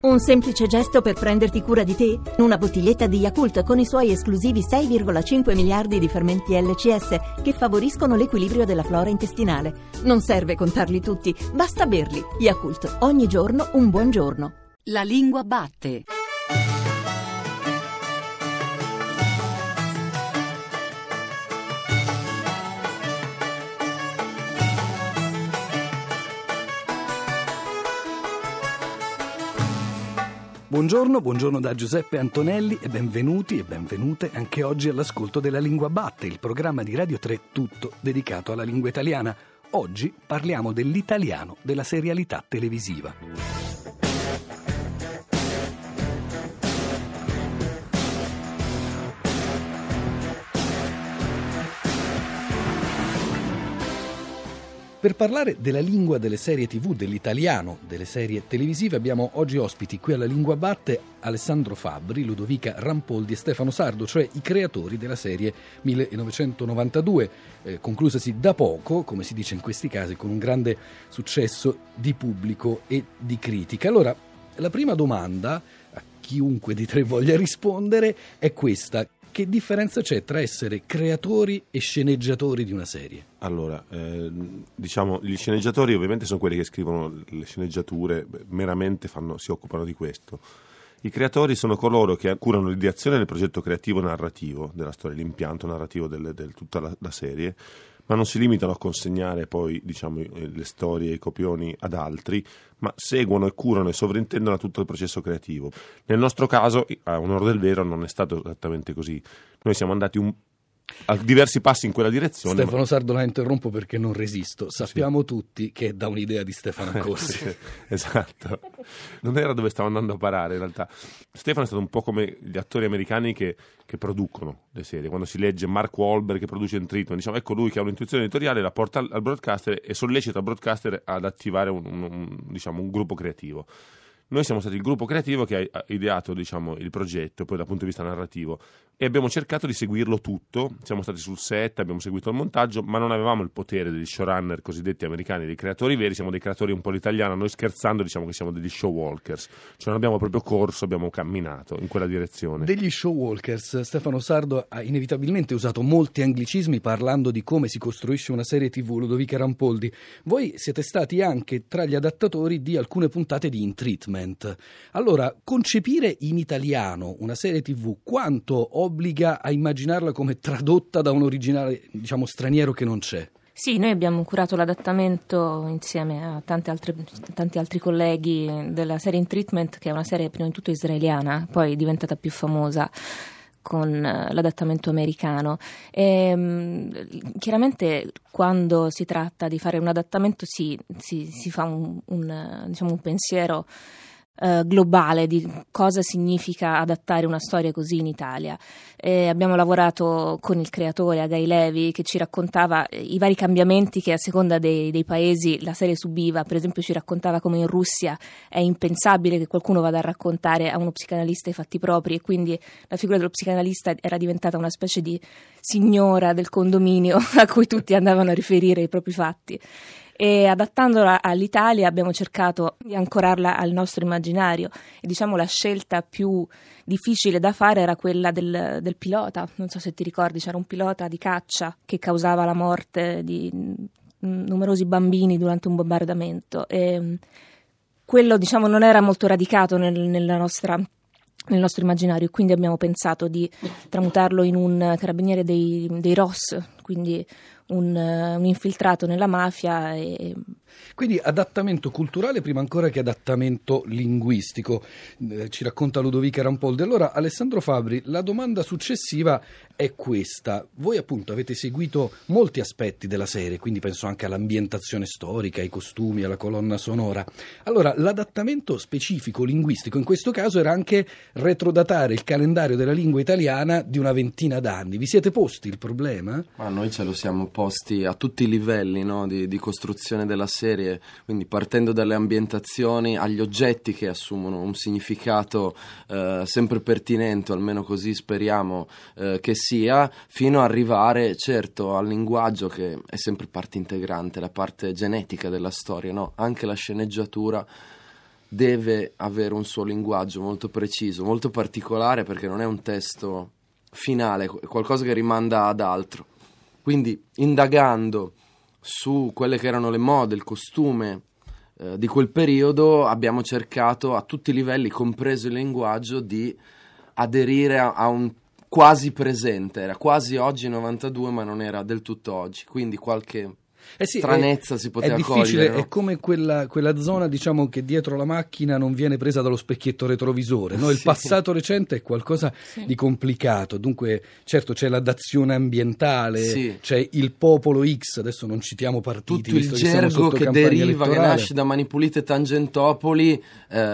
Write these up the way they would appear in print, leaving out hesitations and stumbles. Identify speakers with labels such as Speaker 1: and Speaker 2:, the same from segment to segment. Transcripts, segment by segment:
Speaker 1: Un semplice gesto per prenderti cura di te? Una bottiglietta di Yakult con i suoi esclusivi 6,5 miliardi di fermenti LCS che favoriscono l'equilibrio della flora intestinale. Non serve contarli tutti, basta berli. Yakult, ogni giorno un buon giorno.
Speaker 2: La lingua batte.
Speaker 3: Buongiorno da Giuseppe Antonelli e benvenuti e benvenute anche oggi all'ascolto della Lingua Batte, il programma di Radio 3 tutto dedicato alla lingua italiana. Oggi parliamo dell'italiano della serialità televisiva. Per parlare della lingua delle serie TV, dell'italiano delle serie televisive, abbiamo oggi ospiti qui alla Lingua Batte Alessandro Fabbri, Ludovica Rampoldi e Stefano Sardo, cioè i creatori della serie 1992, conclusasi da poco, come si dice in questi casi, con un grande successo di pubblico e di critica. Allora, la prima domanda, a chiunque di tre voglia rispondere, è questa. Che differenza c'è tra essere creatori e sceneggiatori di una serie?
Speaker 4: Allora, diciamo, gli sceneggiatori ovviamente sono quelli che scrivono le sceneggiature, meramente si occupano di questo. I creatori sono coloro che curano l'ideazione del progetto creativo narrativo della storia, l'impianto narrativo del tutta la serie, ma non si limitano a consegnare poi, diciamo, le storie e i copioni ad altri, ma seguono e curano e sovrintendono a tutto il processo creativo. Nel nostro caso, a onor del vero, non è stato esattamente così. Noi siamo andati a diversi passi in quella direzione.
Speaker 3: Stefano Sardo, la interrompo perché non resisto. Sappiamo tutti che è da un'idea di Stefano Accorsi.
Speaker 4: Sì, esatto. Non era dove stavo andando a parare in realtà. Stefano è stato un po' come gli attori americani che producono le serie. Quando si legge Mark Wahlberg che produce in Treatment, diciamo, ecco lui che ha un'intuizione editoriale, la porta al broadcaster e sollecita il broadcaster ad attivare un gruppo creativo. Noi siamo stati il gruppo creativo che ha ideato, diciamo, il progetto, poi dal punto di vista narrativo, e abbiamo cercato di seguirlo tutto. Siamo stati sul set, abbiamo seguito il montaggio, ma non avevamo il potere degli showrunner cosiddetti americani, dei creatori veri. Siamo dei creatori un po' all'italiana. Noi scherzando diciamo che siamo degli showwalkers, cioè non abbiamo proprio corso, abbiamo camminato in quella direzione.
Speaker 3: Degli showwalkers. Stefano Sardo ha inevitabilmente usato molti anglicismi parlando di come si costruisce una serie TV. Ludovica Rampoldi, voi siete stati anche tra gli adattatori di alcune puntate di In Treatment. Allora, concepire in italiano una serie TV quanto obbliga a immaginarla come tradotta da un originale, diciamo, straniero che non c'è?
Speaker 5: Sì, noi abbiamo curato l'adattamento insieme a tanti altri colleghi della serie In Treatment, che è una serie prima di tutto israeliana, poi è diventata più famosa con l'adattamento americano. Chiaramente quando si tratta di fare un adattamento si fa un pensiero globale di cosa significa adattare una storia così in Italia. Abbiamo lavorato con il creatore Agai Levi, che ci raccontava i vari cambiamenti che a seconda dei paesi la serie subiva. Per esempio ci raccontava come in Russia è impensabile che qualcuno vada a raccontare a uno psicanalista i fatti propri, e quindi la figura dello psicanalista era diventata una specie di signora del condominio a cui tutti andavano a riferire i propri fatti. E adattandola all'Italia abbiamo cercato di ancorarla al nostro immaginario, e diciamo la scelta più difficile da fare era quella del pilota. Non so se ti ricordi, c'era un pilota di caccia che causava la morte di numerosi bambini durante un bombardamento, e quello, diciamo, non era molto radicato nel nostro immaginario, quindi abbiamo pensato di tramutarlo in un carabiniere dei ROS, quindi un infiltrato nella mafia.
Speaker 3: Quindi adattamento culturale prima ancora che adattamento linguistico, ci racconta Ludovica Rampoldi. Allora, Alessandro Fabbri, la domanda successiva è questa. Voi appunto avete seguito molti aspetti della serie, quindi penso anche all'ambientazione storica, ai costumi, alla colonna sonora. Allora, l'adattamento specifico linguistico in questo caso era anche retrodatare il calendario della lingua italiana di una ventina d'anni. Vi siete posti il problema?
Speaker 6: Ma noi ce lo siamo posti a tutti i livelli, no? di costruzione della serie, quindi partendo dalle ambientazioni agli oggetti che assumono un significato sempre pertinente, almeno così speriamo che sia, fino ad arrivare certo al linguaggio, che è sempre parte integrante, la parte genetica della storia, no? Anche la sceneggiatura deve avere un suo linguaggio molto preciso, molto particolare, perché non è un testo finale, è qualcosa che rimanda ad altro. Quindi, indagando su quelle che erano le mode, il costume di quel periodo, abbiamo cercato a tutti i livelli, compreso il linguaggio, di aderire a un quasi presente. Era quasi oggi 92, ma non era del tutto oggi, quindi qualche stranezza si poteva cogliere.
Speaker 3: È difficile,
Speaker 6: no?
Speaker 3: È come quella zona, diciamo, che dietro la macchina non viene presa dallo specchietto retrovisore, no? Il passato recente è qualcosa di complicato, dunque certo c'è la dazione ambientale, c'è il popolo X, adesso non citiamo partiti,
Speaker 6: tutto il gergo che deriva, che nasce da Mani Pulite e Tangentopoli,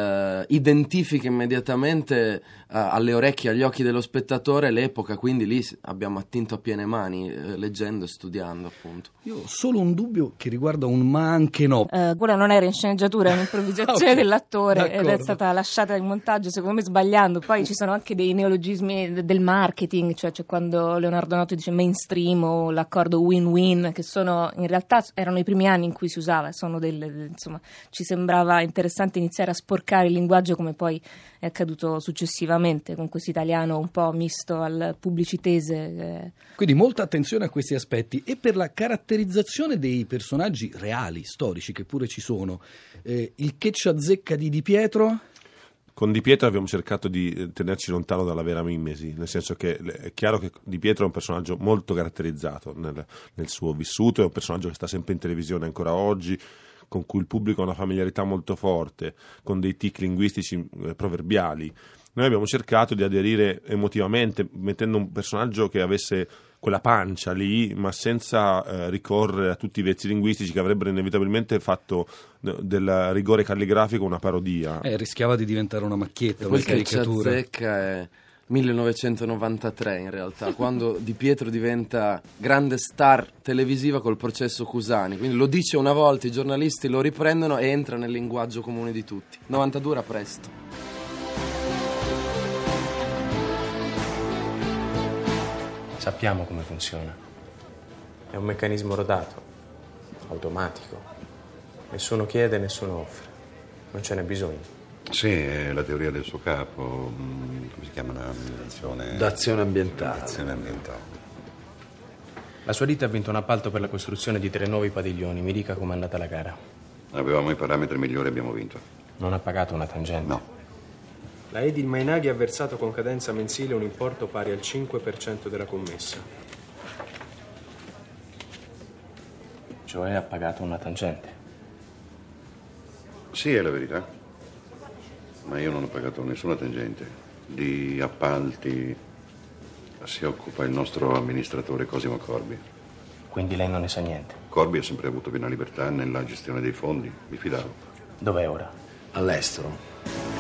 Speaker 6: identifica immediatamente alle orecchie e agli occhi dello spettatore l'epoca, quindi lì abbiamo attinto a piene mani, leggendo e studiando, appunto.
Speaker 3: Io ho solo un dubbio che riguarda un ma anche no.
Speaker 5: Quella non era in sceneggiatura, è un'improvvisazione dell'attore, ed è stata lasciata in montaggio secondo me sbagliando. Poi ci sono anche dei neologismi del marketing, cioè quando Leonardo Notto dice mainstream o l'accordo win-win, che sono in realtà erano i primi anni in cui si usava, sono insomma, ci sembrava interessante iniziare a sporcare il linguaggio, come poi è accaduto successivamente con questo italiano un po' misto al pubblicitese.
Speaker 3: Quindi molta attenzione a questi aspetti. E per la caratterizzazione dei personaggi reali, storici, che pure ci sono, il che ci azzecca di Di Pietro?
Speaker 4: Con Di Pietro abbiamo cercato di tenerci lontano dalla vera mimesi, nel senso che è chiaro che Di Pietro è un personaggio molto caratterizzato nel suo vissuto, è un personaggio che sta sempre in televisione ancora oggi, con cui il pubblico ha una familiarità molto forte, con dei tic linguistici proverbiali. Noi abbiamo cercato di aderire emotivamente, mettendo un personaggio che avesse quella pancia lì, ma senza ricorrere a tutti i vezzi linguistici che avrebbero inevitabilmente fatto del rigore calligrafico una parodia.
Speaker 3: Rischiava di diventare una macchietta, una caricatura.
Speaker 6: Quel che ci azzecca è 1993 in realtà, quando Di Pietro diventa grande star televisiva col Processo Cusani, quindi lo dice una volta, i giornalisti lo riprendono e entra nel linguaggio comune di tutti. 92 era presto.
Speaker 7: Sappiamo come funziona. È un meccanismo rotato, automatico. Nessuno chiede, nessuno offre. Non ce n'è bisogno.
Speaker 8: Sì, è la teoria del suo capo, come si chiama?
Speaker 6: D'azione ambientale.
Speaker 8: D'azione ambientale.
Speaker 7: La sua ditta ha vinto un appalto per la costruzione di 3 nuovi padiglioni. Mi dica com'è andata la gara.
Speaker 8: Avevamo i parametri migliori e abbiamo vinto.
Speaker 7: Non ha pagato una tangente?
Speaker 8: No.
Speaker 9: La Edil Mainaghi ha versato con cadenza mensile un importo pari al 5% della commessa.
Speaker 7: Cioè ha pagato una tangente?
Speaker 8: Sì, è la verità. Ma io non ho pagato nessuna tangente. Di appalti si occupa il nostro amministratore Cosimo Corbi.
Speaker 7: Quindi lei non ne sa niente?
Speaker 8: Corbi ha sempre avuto piena libertà nella gestione dei fondi. Mi fidavo.
Speaker 7: Dov'è ora?
Speaker 6: All'estero.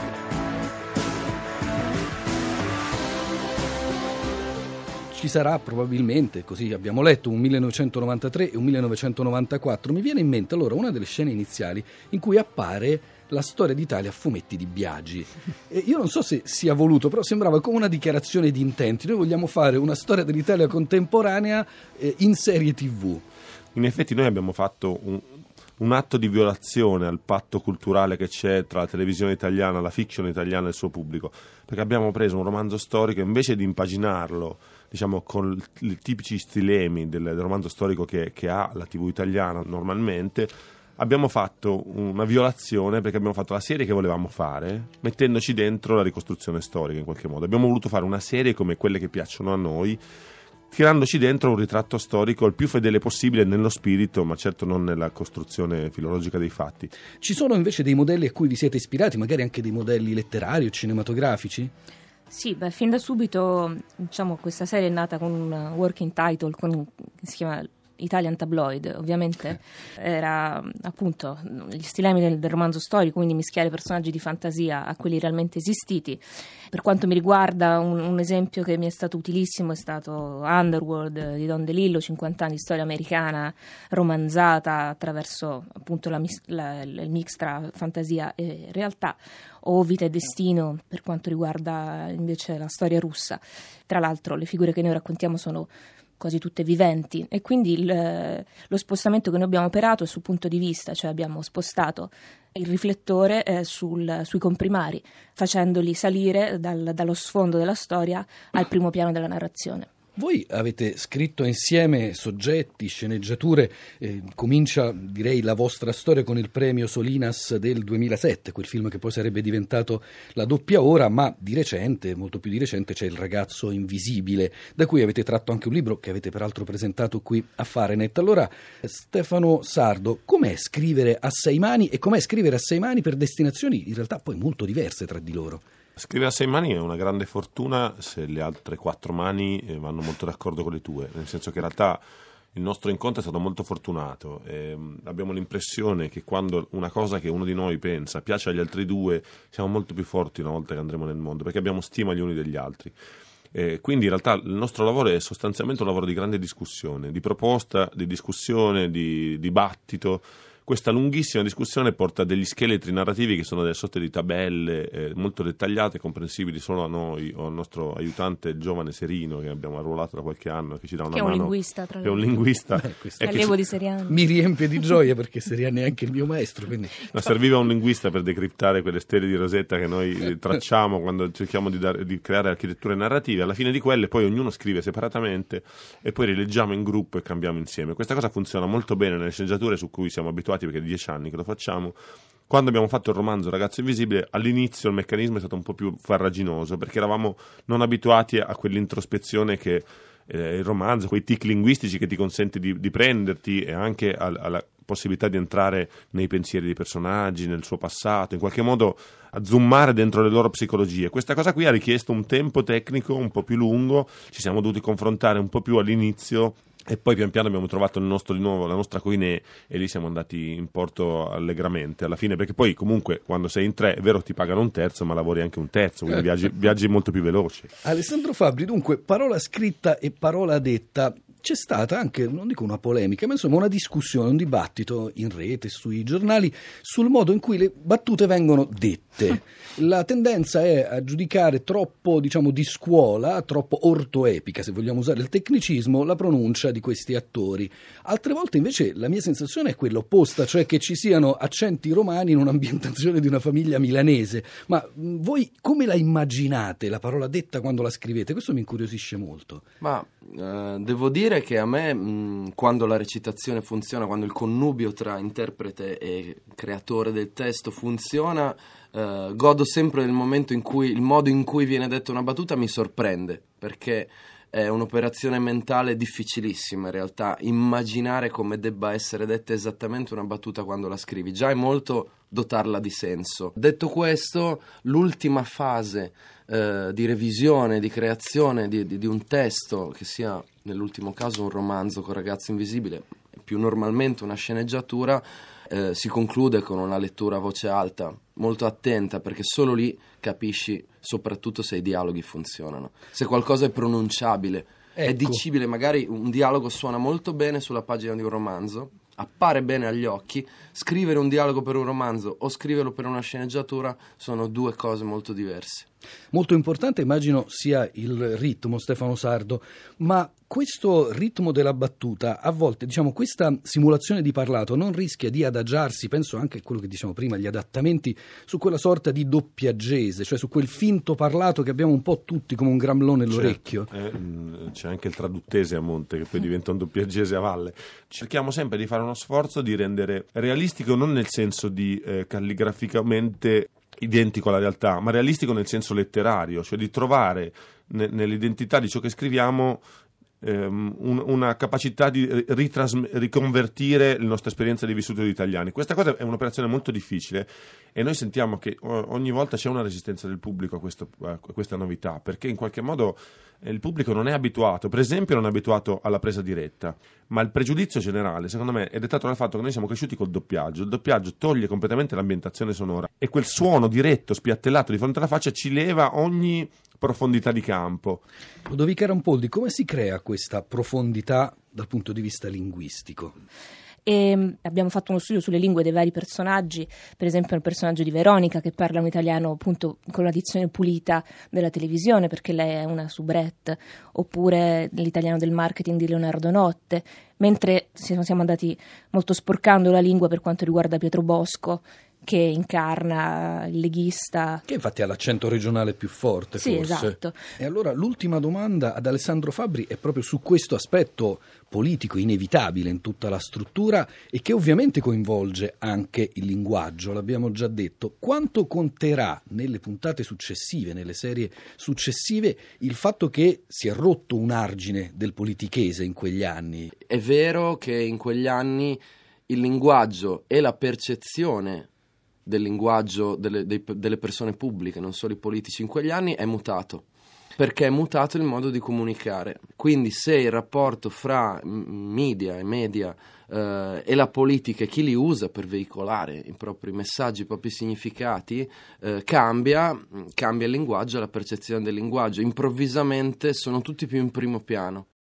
Speaker 3: Ci sarà probabilmente, così abbiamo letto, un 1993 e un 1994. Mi viene in mente allora una delle scene iniziali in cui appare la storia d'Italia a fumetti di Biagi. E io non so se sia voluto, però sembrava come una dichiarazione di intenti. Noi vogliamo fare una storia dell'Italia contemporanea in serie TV.
Speaker 4: In effetti noi abbiamo fatto un atto di violazione al patto culturale che c'è tra la televisione italiana, la fiction italiana e il suo pubblico, perché abbiamo preso un romanzo storico e invece di impaginarlo, diciamo, con i tipici stilemi del romanzo storico che ha la TV italiana normalmente, abbiamo fatto una violazione, perché abbiamo fatto la serie che volevamo fare mettendoci dentro la ricostruzione storica in qualche modo. Abbiamo voluto fare una serie come quelle che piacciono a noi, tirandoci dentro un ritratto storico il più fedele possibile nello spirito, ma certo non nella costruzione filologica dei fatti.
Speaker 3: Ci sono invece dei modelli a cui vi siete ispirati, magari anche dei modelli letterari o cinematografici?
Speaker 5: Sì, fin da subito, diciamo, questa serie è nata con un working title che si chiama Italian Tabloid. Ovviamente era appunto gli stilemi del romanzo storico, quindi mischiare personaggi di fantasia a quelli realmente esistiti. Per quanto mi riguarda, un esempio che mi è stato utilissimo è stato Underworld di Don DeLillo, 50 anni di storia americana romanzata attraverso appunto il mix tra fantasia e realtà, o Vita e Destino per quanto riguarda invece la storia russa. Tra l'altro le figure che noi raccontiamo sono quasi tutte viventi, e quindi lo spostamento che noi abbiamo operato è sul punto di vista, cioè abbiamo spostato il riflettore sui comprimari, facendoli salire dallo sfondo della storia al primo piano della narrazione.
Speaker 3: Voi avete scritto insieme soggetti, sceneggiature, comincia direi la vostra storia con il premio Solinas del 2007, quel film che poi sarebbe diventato La doppia ora, ma di recente, molto più di recente, c'è Il ragazzo invisibile, da cui avete tratto anche un libro che avete peraltro presentato qui a Farenet. Allora, Stefano Sardo, com'è scrivere a 6 mani e com'è scrivere a 6 mani per destinazioni in realtà poi molto diverse tra di loro?
Speaker 4: Scrivere a 6 mani è una grande fortuna se le altre 4 mani vanno molto d'accordo con le tue, nel senso che in realtà il nostro incontro è stato molto fortunato. Abbiamo l'impressione che quando una cosa che uno di noi pensa piace agli altri due, siamo molto più forti una volta che andremo nel mondo, perché abbiamo stima gli uni degli altri. Quindi in realtà il nostro lavoro è sostanzialmente un lavoro di grande discussione, di proposta, di discussione, di dibattito. Questa lunghissima discussione porta a degli scheletri narrativi che sono delle sorte di tabelle molto dettagliate, comprensibili solo a noi o al nostro aiutante, il giovane Serino, che abbiamo arruolato da qualche anno, che ci dà una mano.
Speaker 5: Che è un linguista, tra l'altro.
Speaker 4: Che è un linguista.
Speaker 5: Allievo di Seriano.
Speaker 3: Mi riempie di gioia perché Seriano è anche il mio maestro. Quindi...
Speaker 4: Ma serviva un linguista per decriptare quelle stelle di Rosetta che noi tracciamo quando cerchiamo di creare architetture narrative. Alla fine di quelle poi ognuno scrive separatamente e poi rileggiamo in gruppo e cambiamo insieme. Questa cosa funziona molto bene nelle sceneggiature su cui siamo abituati, perché è 10 anni che lo facciamo. Quando abbiamo fatto il romanzo Ragazzo Invisibile, all'inizio il meccanismo è stato un po' più farraginoso, perché eravamo non abituati a quell'introspezione che il romanzo, quei tic linguistici che ti consente di prenderti, e anche alla possibilità di entrare nei pensieri dei personaggi, nel suo passato, in qualche modo a zoomare dentro le loro psicologie. Questa cosa qui ha richiesto un tempo tecnico un po' più lungo, ci siamo dovuti confrontare un po' più all'inizio, e poi pian piano abbiamo trovato di nuovo la nostra coinè, e lì siamo andati in porto allegramente alla fine, perché poi comunque quando sei in 3 è vero ti pagano un terzo, ma lavori anche un terzo, quindi viaggi molto più veloci.
Speaker 3: Alessandro Fabbri, dunque, parola scritta e parola detta. C'è stata anche, non dico una polemica, ma insomma una discussione, un dibattito in rete, sui giornali, sul modo in cui le battute vengono dette. La tendenza è a giudicare troppo, diciamo, di scuola, troppo ortoepica, se vogliamo usare il tecnicismo, la pronuncia di questi attori. Altre volte invece la mia sensazione è quella opposta, cioè che ci siano accenti romani in un'ambientazione di una famiglia milanese. Ma voi come la immaginate, la parola detta, quando la scrivete? Questo mi incuriosisce molto.
Speaker 6: Ma devo dire che a me, quando la recitazione funziona, quando il connubio tra interprete e creatore del testo funziona, godo sempre del momento in cui il modo in cui viene detta una battuta mi sorprende, perché è un'operazione mentale difficilissima in realtà, immaginare come debba essere detta esattamente una battuta quando la scrivi, già è molto dotarla di senso. Detto questo, l'ultima fase di revisione, di creazione di un testo, che sia nell'ultimo caso un romanzo con Ragazzo Invisibile, più normalmente una sceneggiatura, si conclude con una lettura a voce alta, molto attenta, perché solo lì capisci soprattutto se i dialoghi funzionano, se qualcosa è pronunciabile, è dicibile. Magari un dialogo suona molto bene sulla pagina di un romanzo, appare bene agli occhi. Scrivere un dialogo per un romanzo o scriverlo per una sceneggiatura sono due cose molto diverse.
Speaker 3: Molto importante immagino sia il ritmo, Stefano Sardo, ma questo ritmo della battuta, a volte, diciamo, questa simulazione di parlato non rischia di adagiarsi, penso anche a quello che diciamo prima, gli adattamenti, su quella sorta di doppiaggese, cioè su quel finto parlato che abbiamo un po' tutti come un gramlò nell'orecchio.
Speaker 4: C'è anche il traduttese a monte, che poi diventa un doppiaggese a valle. Cerchiamo sempre di fare uno sforzo di rendere realistico, non nel senso di calligraficamente identico alla realtà, ma realistico nel senso letterario, cioè di trovare nell'identità di ciò che scriviamo una capacità di riconvertire la nostra esperienza di vissuto di italiani. Questa cosa è un'operazione molto difficile e noi sentiamo che ogni volta c'è una resistenza del pubblico a questa novità, perché in qualche modo il pubblico non è abituato, per esempio non è abituato alla presa diretta, ma il pregiudizio generale secondo me è dettato dal fatto che noi siamo cresciuti col doppiaggio. Il doppiaggio toglie completamente l'ambientazione sonora e quel suono diretto, spiattellato di fronte alla faccia ci leva ogni profondità di campo.
Speaker 3: Ludovica Rampoldi, come si crea questa profondità dal punto di vista linguistico?
Speaker 5: E abbiamo fatto uno studio sulle lingue dei vari personaggi, per esempio il personaggio di Veronica, che parla un italiano appunto con la dizione pulita della televisione perché lei è una soubrette, oppure l'italiano del marketing di Leonardo Notte, mentre siamo andati molto sporcando la lingua per quanto riguarda Pietro Bosco, che incarna il leghista.
Speaker 3: Che infatti ha l'accento regionale più forte,
Speaker 5: sì,
Speaker 3: forse.
Speaker 5: Esatto.
Speaker 3: E allora l'ultima domanda ad Alessandro Fabbri è proprio su questo aspetto politico inevitabile in tutta la struttura e che ovviamente coinvolge anche il linguaggio, l'abbiamo già detto. Quanto conterà nelle puntate successive, nelle serie successive, il fatto che si è rotto un argine del politichese in quegli anni?
Speaker 6: È vero che in quegli anni il linguaggio e la percezione del linguaggio delle persone pubbliche, non solo i politici, in quegli anni è mutato, perché è mutato il modo di comunicare. Quindi se il rapporto fra media e la politica e chi li usa per veicolare i propri messaggi, i propri significati, cambia il linguaggio e la percezione del linguaggio. Improvvisamente sono tutti più in primo piano.